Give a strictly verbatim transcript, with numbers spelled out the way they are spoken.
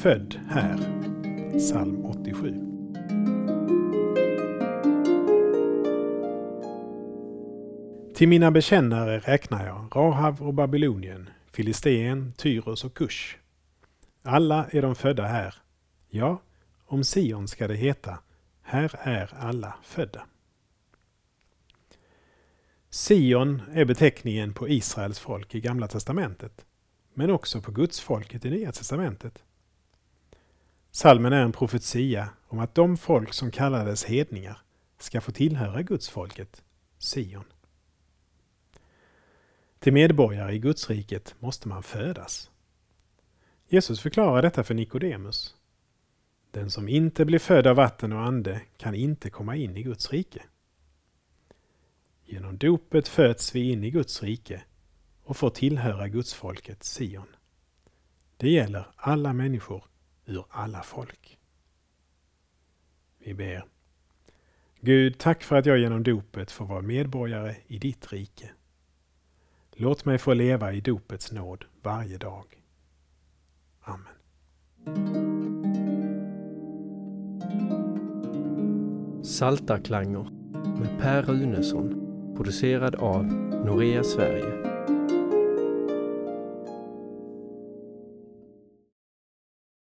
född här. Psalm åttiosju. Till mina bekännare räknar jag Rahav och Babylonien, Filisteen, Tyros och Kush. Alla är de födda här. Ja, om Sion ska det heta, här är alla födda. Sion är beteckningen på Israels folk i Gamla testamentet, men också på Guds folket i Nya testamentet. Psalmen är en profetia om att de folk som kallades hedningar ska få tillhöra Guds folket, Sion. Till medborgare i Guds riket måste man födas. Jesus förklarar detta för Nikodemus. Den som inte blir född av vatten och ande kan inte komma in i Guds rike. Genom dopet föds vi in i Guds rike och får tillhöra Guds folket Sion. Det gäller alla människor ur alla folk. Vi ber. Gud, tack för att jag genom dopet får vara medborgare i ditt rike. Låt mig få leva i dopets nåd varje dag. Amen. Saltarklanger med Per Runesson, producerad av Norea Sverige.